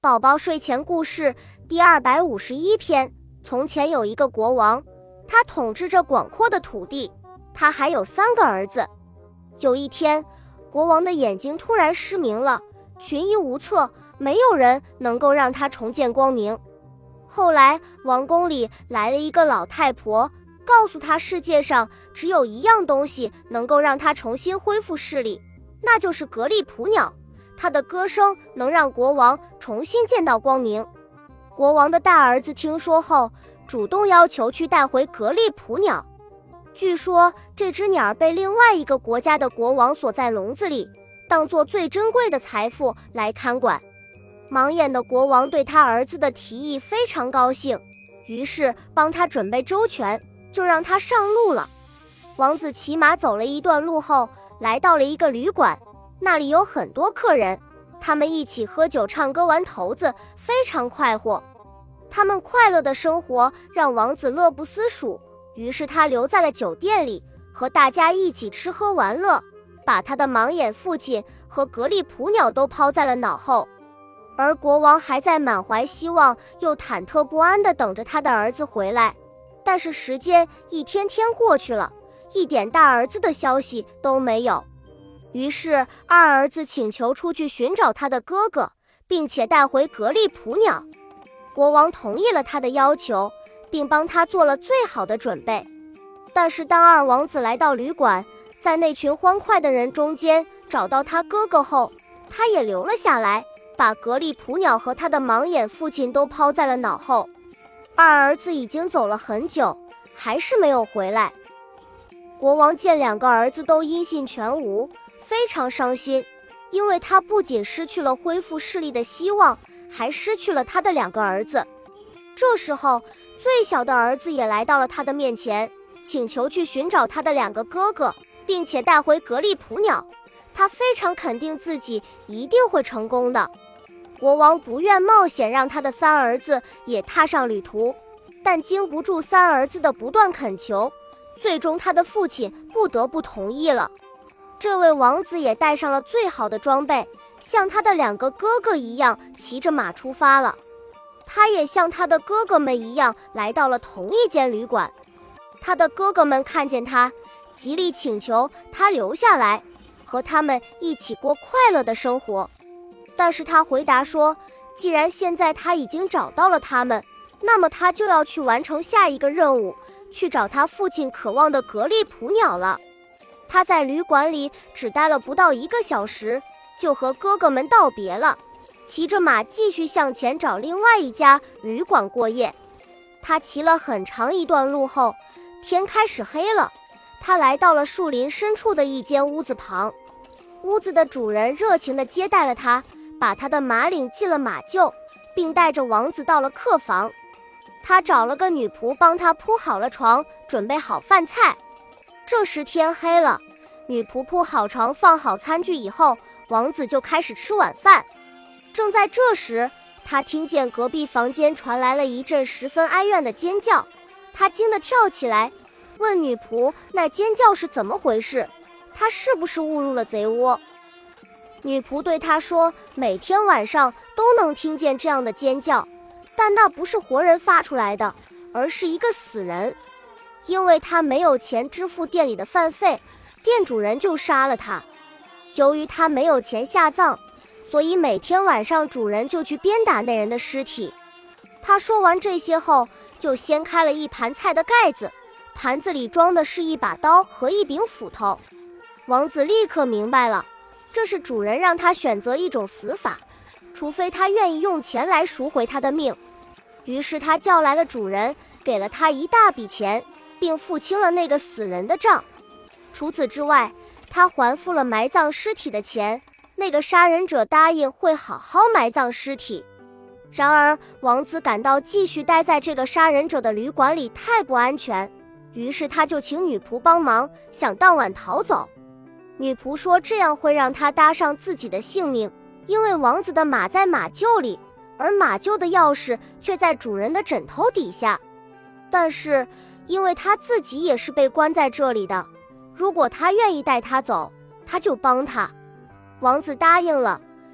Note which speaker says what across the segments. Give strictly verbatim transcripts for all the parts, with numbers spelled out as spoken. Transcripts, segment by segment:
Speaker 1: 宝宝睡前故事第二百五十一篇。从前有一个国王，他统治着广阔的土地，他还有三个儿子。有一天，国王的眼睛突然失明了，群医无策，没有人能够让他重见光明。后来王宫里来了一个老太婆，告诉他世界上只有一样东西能够让他重新恢复视力，那就是格利普鸟，它的歌声能让国王重新见到光明。国王的大儿子听说后，主动要求去带回格利普鸟。据说这只鸟被另外一个国家的国王锁在笼子里，当作最珍贵的财富来看管。盲眼的国王对他儿子的提议非常高兴，于是帮他准备周全，就让他上路了。王子骑马走了一段路后，来到了一个旅馆，那里有很多客人，他们一起喝酒唱歌玩骰子，非常快活。他们快乐的生活让王子乐不思蜀，于是他留在了酒店里，和大家一起吃喝玩乐，把他的盲眼父亲和格利普鸟都抛在了脑后。而国王还在满怀希望又忐忑不安地等着他的儿子回来。但是时间一天天过去了，一点大儿子的消息都没有。于是二儿子请求出去寻找他的哥哥，并且带回格利普鸟。国王同意了他的要求，并帮他做了最好的准备。但是当二王子来到旅馆，在那群欢快的人中间找到他哥哥后，他也留了下来，把格利普鸟和他的盲眼父亲都抛在了脑后。二儿子已经走了很久，还是没有回来。国王见两个儿子都音信全无，非常伤心，因为他不仅失去了恢复视力的希望，还失去了他的两个儿子。这时候，最小的儿子也来到了他的面前，请求去寻找他的两个哥哥，并且带回格利普鸟。他非常肯定自己一定会成功的。国王不愿冒险让他的三儿子也踏上旅途，但经不住三儿子的不断恳求，最终他的父亲不得不同意了。这位王子也带上了最好的装备，像他的两个哥哥一样骑着马出发了。他也像他的哥哥们一样来到了同一间旅馆。他的哥哥们看见他，极力请求他留下来，和他们一起过快乐的生活。但是他回答说，既然现在他已经找到了他们，那么他就要去完成下一个任务，去找他父亲渴望的格利普鸟了。他在旅馆里只待了不到一个小时，就和哥哥们道别了，骑着马继续向前找另外一家旅馆过夜。他骑了很长一段路后，天开始黑了，他来到了树林深处的一间屋子旁。屋子的主人热情地接待了他，把他的马领进了马厩，并带着王子到了客房。他找了个女仆帮他铺好了床，准备好饭菜。这时天黑了，女仆铺好床放好餐具以后，王子就开始吃晚饭。正在这时，他听见隔壁房间传来了一阵十分哀怨的尖叫。他惊得跳起来，问女仆那尖叫是怎么回事，他是不是误入了贼窝。女仆对他说，每天晚上都能听见这样的尖叫，但那不是活人发出来的，而是一个死人。因为他没有钱支付店里的饭费，店主人就杀了他。由于他没有钱下葬，所以每天晚上主人就去鞭打那人的尸体。他说完这些后，就掀开了一盘菜的盖子，盘子里装的是一把刀和一柄斧头。王子立刻明白了，这是主人让他选择一种死法，除非他愿意用钱来赎回他的命。于是他叫来了主人，给了他一大笔钱，并付清了那个死人的账。除此之外，他还付了埋葬尸体的钱，那个杀人者答应会好好埋葬尸体。然而王子感到继续待在这个杀人者的旅馆里太不安全，于是他就请女仆帮忙，想当晚逃走。女仆说这样会让他搭上自己的性命，因为王子的马在马厩里，而马厩的钥匙却在主人的枕头底下。但是因为他自己也是被关在这里的，如果他愿意带他走，他就帮他。王子答应了，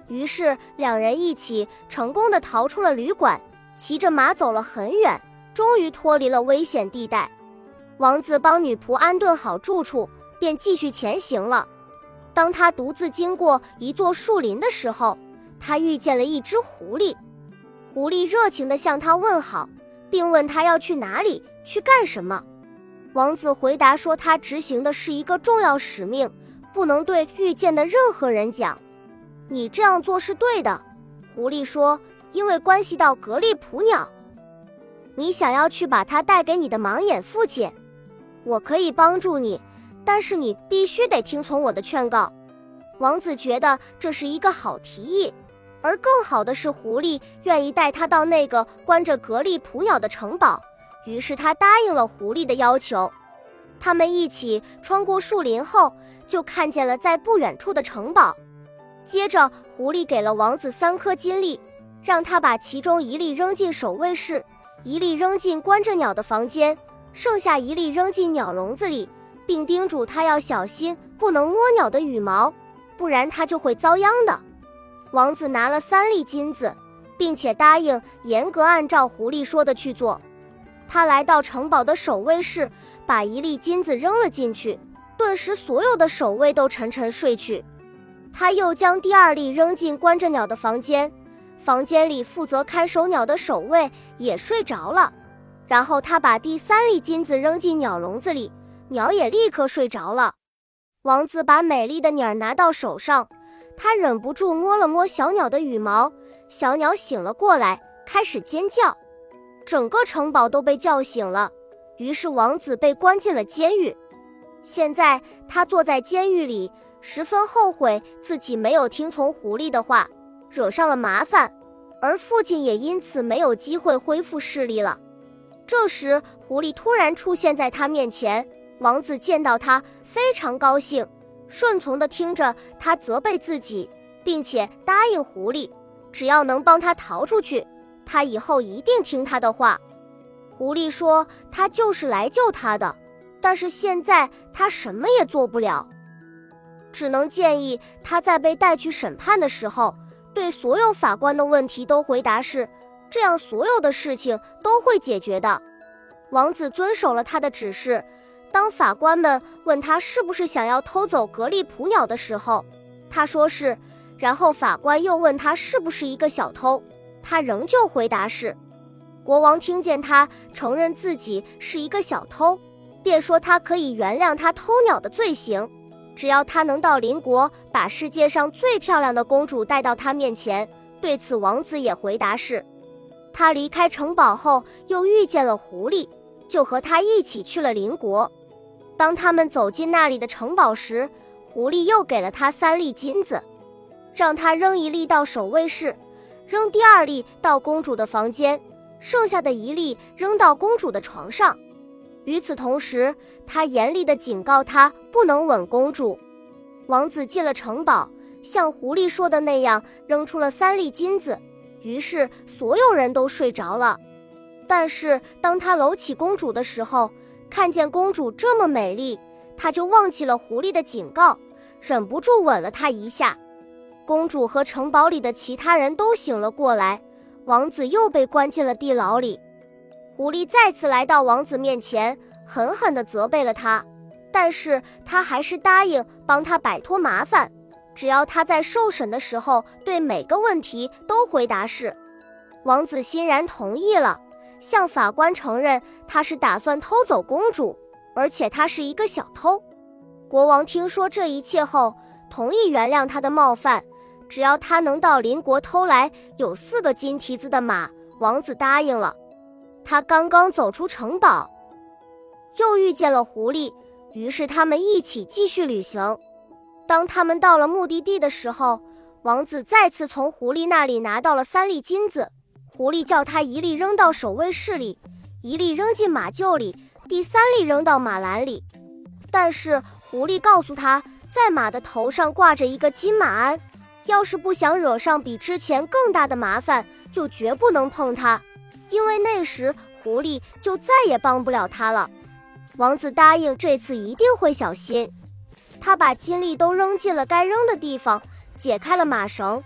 Speaker 1: 于是两人一起成功地逃出了旅馆，骑着马走了很远，终于脱离了危险地带。王子帮女仆安顿好住处，便继续前行了。当他独自经过一座树林的时候，他遇见了一只狐狸。狐狸热情地向他问好，并问他要去哪里，去干什么。王子回答说，他执行的是一个重要使命，不能对遇见的任何人讲。你这样做是对的，狐狸说，因为关系到格利普鸟。你想要去把它带给你的盲眼父亲，我可以帮助你，但是你必须得听从我的劝告。王子觉得这是一个好提议，而更好的是狐狸愿意带他到那个关着格利普鸟的城堡，于是他答应了狐狸的要求。他们一起穿过树林后，就看见了在不远处的城堡。接着狐狸给了王子三颗金粒，让他把其中一粒扔进守卫室，一粒扔进关着鸟的房间，剩下一粒扔进鸟笼子里，并叮嘱他要小心，不能摸鸟的羽毛，不然他就会遭殃的。王子拿了三粒金子，并且答应严格按照狐狸说的去做。他来到城堡的守卫室，把一粒金子扔了进去，顿时所有的守卫都沉沉睡去。他又将第二粒扔进关着鸟的房间，房间里负责看守鸟的守卫也睡着了。然后他把第三粒金子扔进鸟笼子里，鸟也立刻睡着了。王子把美丽的鸟拿到手上，他忍不住摸了摸小鸟的羽毛，小鸟醒了过来，开始尖叫。整个城堡都被叫醒了，于是王子被关进了监狱。现在他坐在监狱里，十分后悔自己没有听从狐狸的话，惹上了麻烦，而父亲也因此没有机会恢复视力了。这时狐狸突然出现在他面前，王子见到他非常高兴，顺从地听着他责备自己，并且答应狐狸，只要能帮他逃出去，他以后一定听他的话。狐狸说他就是来救他的，但是现在他什么也做不了，只能建议他在被带去审判的时候，对所有法官的问题都回答是，这样所有的事情都会解决的。王子遵守了他的指示，当法官们问他是不是想要偷走格利普鸟的时候，他说是，然后法官又问他是不是一个小偷，他仍旧回答是。国王听见他承认自己是一个小偷，便说他可以原谅他偷鸟的罪行，只要他能到邻国把世界上最漂亮的公主带到他面前。对此王子也回答是。他离开城堡后又遇见了狐狸，就和他一起去了邻国。当他们走进那里的城堡时，狐狸又给了他三粒金子，让他扔一粒到守卫室，扔第二粒到公主的房间，剩下的一粒扔到公主的床上。与此同时，他严厉地警告他不能吻公主。王子进了城堡，像狐狸说的那样扔出了三粒金子，于是所有人都睡着了。但是当他搂起公主的时候，看见公主这么美丽，他就忘记了狐狸的警告，忍不住吻了她一下。公主和城堡里的其他人都醒了过来，王子又被关进了地牢里。狐狸再次来到王子面前，狠狠地责备了他，但是他还是答应帮他摆脱麻烦，只要他在受审的时候对每个问题都回答是。王子欣然同意了，向法官承认他是打算偷走公主，而且他是一个小偷。国王听说这一切后，同意原谅他的冒犯，只要他能到邻国偷来有四个金蹄子的马，王子答应了。他刚刚走出城堡，又遇见了狐狸，于是他们一起继续旅行。当他们到了目的地的时候，王子再次从狐狸那里拿到了三粒金子。狐狸叫他一粒扔到守卫室里，一粒扔进马厩里，第三粒扔到马栏里。但是狐狸告诉他，在马的头上挂着一个金马鞍，要是不想惹上比之前更大的麻烦，就绝不能碰它，因为那时狐狸就再也帮不了他了。王子答应这次一定会小心，他把金粒都扔进了该扔的地方，解开了马绳，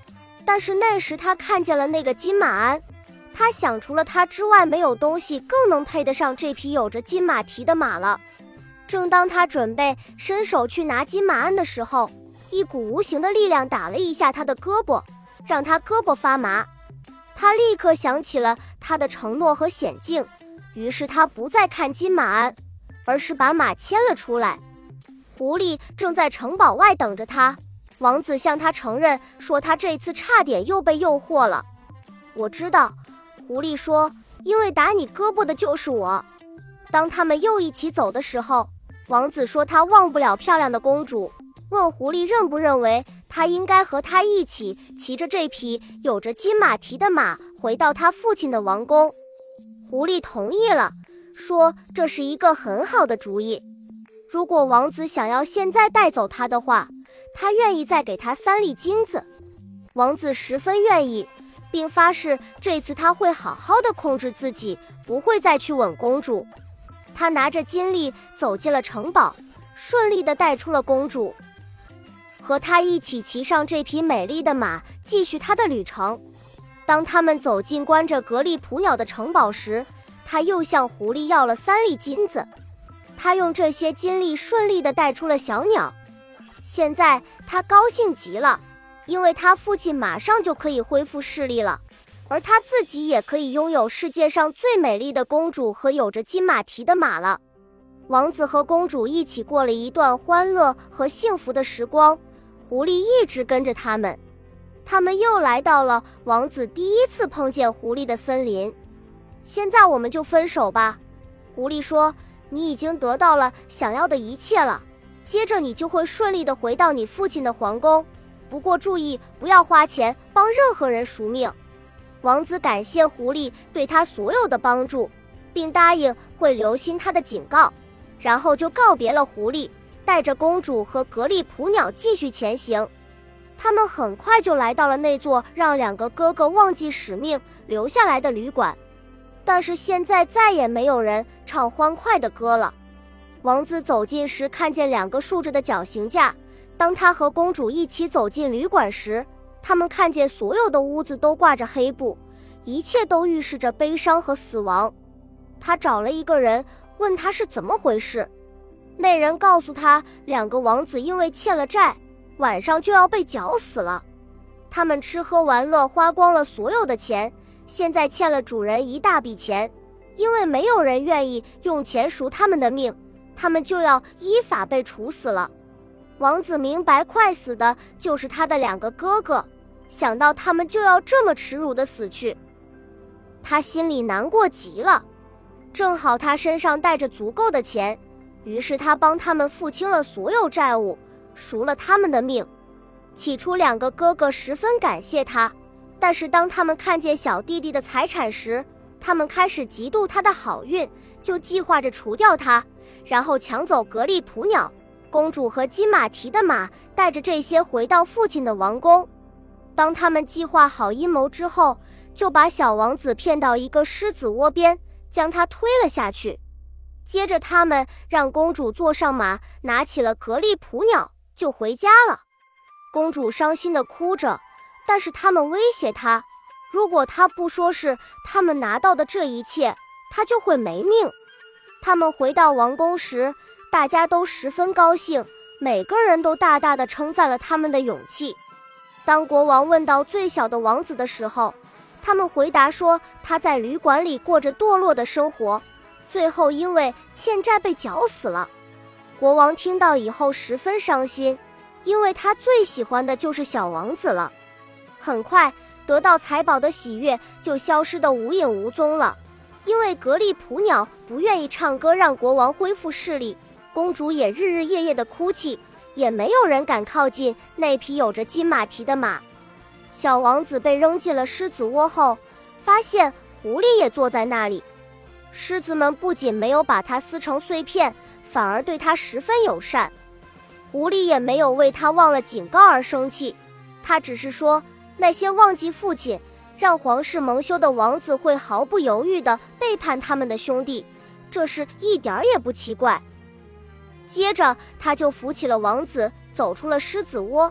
Speaker 1: 但是那时他看见了那个金马鞍，他想除了它之外没有东西更能配得上这匹有着金马蹄的马了。正当他准备伸手去拿金马鞍的时候，一股无形的力量打了一下他的胳膊，让他胳膊发麻。他立刻想起了他的承诺和险境，于是他不再看金马鞍，而是把马牵了出来。狐狸正在城堡外等着他，王子向他承认说他这次差点又被诱惑了。我知道，狐狸说，因为打你胳膊的就是我。当他们又一起走的时候，王子说他忘不了漂亮的公主，问狐狸认不认为他应该和他一起骑着这匹有着金马蹄的马回到他父亲的王宫。狐狸同意了，说这是一个很好的主意。如果王子想要现在带走他的话，他愿意再给他三粒金子。王子十分愿意，并发誓这次他会好好的控制自己，不会再去吻公主。他拿着金粒走进了城堡，顺利地带出了公主，和他一起骑上这匹美丽的马，继续他的旅程。当他们走进关着格利普鸟的城堡时，他又向狐狸要了三粒金子。他用这些金粒顺利地带出了小鸟。现在他高兴极了，因为他父亲马上就可以恢复视力了，而他自己也可以拥有世界上最美丽的公主和有着金马蹄的马了。王子和公主一起过了一段欢乐和幸福的时光，狐狸一直跟着他们。他们又来到了王子第一次碰见狐狸的森林。现在我们就分手吧，狐狸说，你已经得到了想要的一切了，接着你就会顺利地回到你父亲的皇宫，不过注意不要花钱帮任何人赎命。王子感谢狐狸对他所有的帮助，并答应会留心他的警告，然后就告别了狐狸，带着公主和格利普鸟继续前行。他们很快就来到了那座让两个哥哥忘记使命留下来的旅馆，但是现在再也没有人唱欢快的歌了。王子走近时看见两个竖着的绞刑架，当他和公主一起走进旅馆时，他们看见所有的屋子都挂着黑布，一切都预示着悲伤和死亡。他找了一个人，问他是怎么回事。那人告诉他，两个王子因为欠了债，晚上就要被绞死了。他们吃喝玩乐花光了所有的钱，现在欠了主人一大笔钱，因为没有人愿意用钱赎他们的命，他们就要依法被处死了。王子明白快死的就是他的两个哥哥，想到他们就要这么耻辱地死去，他心里难过极了。正好他身上带着足够的钱，于是他帮他们付清了所有债务，赎了他们的命。起初两个哥哥十分感谢他，但是当他们看见小弟弟的财产时，他们开始嫉妒他的好运，就计划着除掉他，然后抢走格利普鸟、公主和金马蹄的马，带着这些回到父亲的王宫。当他们计划好阴谋之后，就把小王子骗到一个狮子窝边，将他推了下去。接着他们让公主坐上马，拿起了格利普鸟就回家了。公主伤心地哭着，但是他们威胁她，如果她不说是他们拿到的这一切，她就会没命。他们回到王宫时，大家都十分高兴，每个人都大大地称赞了他们的勇气。当国王问到最小的王子的时候，他们回答说他在旅馆里过着堕落的生活，最后因为欠债被绞死了。国王听到以后十分伤心，因为他最喜欢的就是小王子了。很快得到财宝的喜悦就消失得无影无踪了，因为格利普鸟不愿意唱歌让国王恢复视力，公主也日日夜夜的哭泣，也没有人敢靠近那匹有着金马蹄的马。小王子被扔进了狮子窝后，发现狐狸也坐在那里。狮子们不仅没有把它撕成碎片，反而对它十分友善。狐狸也没有为他忘了警告而生气，他只是说，那些忘记父亲让皇室蒙羞的王子会毫不犹豫地背叛他们的兄弟，这事一点也不奇怪。接着他就扶起了王子，走出了狮子窝。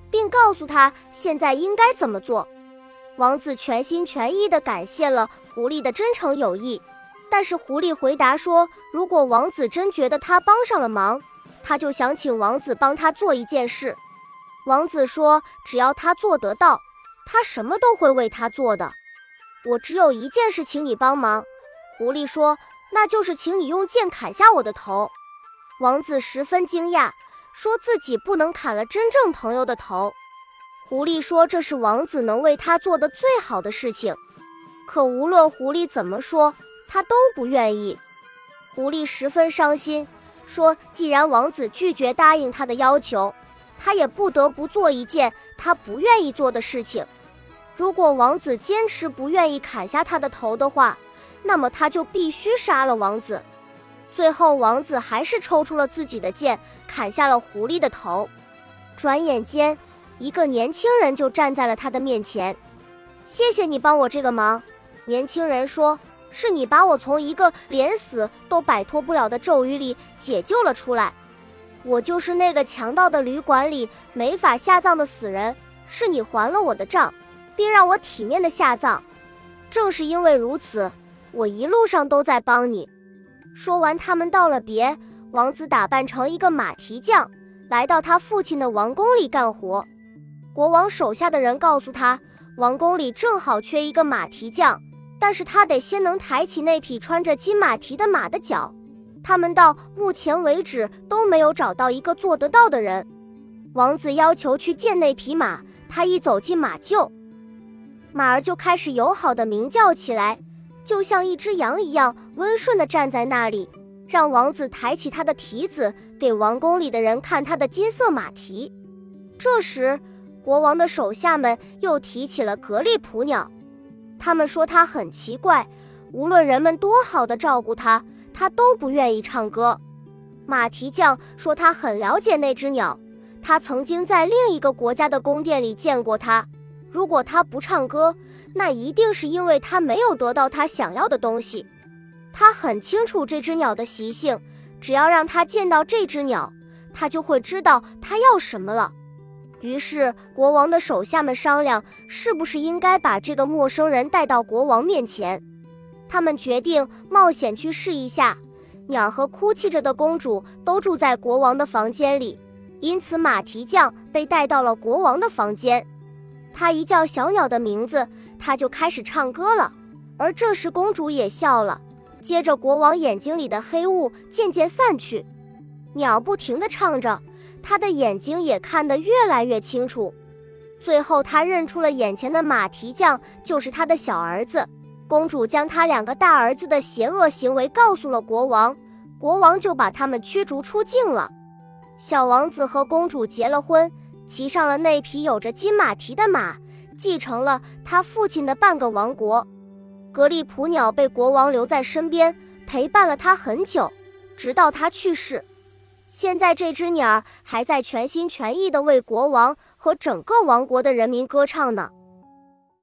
Speaker 1: 并告诉他现在应该怎么做。王子全心全意地感谢了狐狸的真诚有意，但是狐狸回答说，如果王子真觉得他帮上了忙，他就想请王子帮他做一件事。王子说，只要他做得到，他什么都会为他做的。我只有一件事请你帮忙。狐狸说，那就是请你用剑砍下我的头。王子十分惊讶，说自己不能砍了真正朋友的头。狐狸说，这是王子能为他做的最好的事情。可无论狐狸怎么说，他都不愿意。狐狸十分伤心，说既然王子拒绝答应他的要求，他也不得不做一件他不愿意做的事情。如果王子坚持不愿意砍下他的头的话，那么他就必须杀了王子。最后王子还是抽出了自己的剑，砍下了狐狸的头。转眼间，一个年轻人就站在了他的面前。谢谢你帮我这个忙。年轻人说，是你把我从一个连死都摆脱不了的咒语里解救了出来。我就是那个强盗的旅馆里没法下葬的死人，是你还了我的账，并让我体面的下葬。正是因为如此，我一路上都在帮你。说完，他们道了别，王子打扮成一个马蹄匠，来到他父亲的王宫里干活。国王手下的人告诉他，王宫里正好缺一个马蹄匠，但是他得先能抬起那匹穿着金马蹄的马的脚。他们到目前为止都没有找到一个做得到的人。王子要求去见那匹马，他一走进马厩，马儿就开始友好地鸣叫起来，就像一只羊一样温顺地站在那里，让王子抬起他的蹄子，给王宫里的人看他的金色马蹄。这时，国王的手下们又提起了格利普鸟，他们说他很奇怪，无论人们多好地照顾他，他都不愿意唱歌。马蹄匠说他很了解那只鸟，他曾经在另一个国家的宫殿里见过它。如果他不唱歌，那一定是因为他没有得到他想要的东西。他很清楚这只鸟的习性，只要让他见到这只鸟，他就会知道他要什么了。于是国王的手下们商量，是不是应该把这个陌生人带到国王面前。他们决定冒险去试一下。鸟和哭泣着的公主都住在国王的房间里，因此马蹄匠被带到了国王的房间。他一叫小鸟的名字，他就开始唱歌了。而这时公主也笑了，接着国王眼睛里的黑雾渐渐散去，鸟不停地唱着，他的眼睛也看得越来越清楚。最后他认出了眼前的马蹄匠就是他的小儿子。公主将他两个大儿子的邪恶行为告诉了国王，国王就把他们驱逐出境了。小王子和公主结了婚，骑上了那匹有着金马蹄的马，继承了他父亲的半个王国。格利普鸟被国王留在身边，陪伴了他很久，直到他去世。现在这只鸟还在全心全意地为国王和整个王国的人民歌唱呢。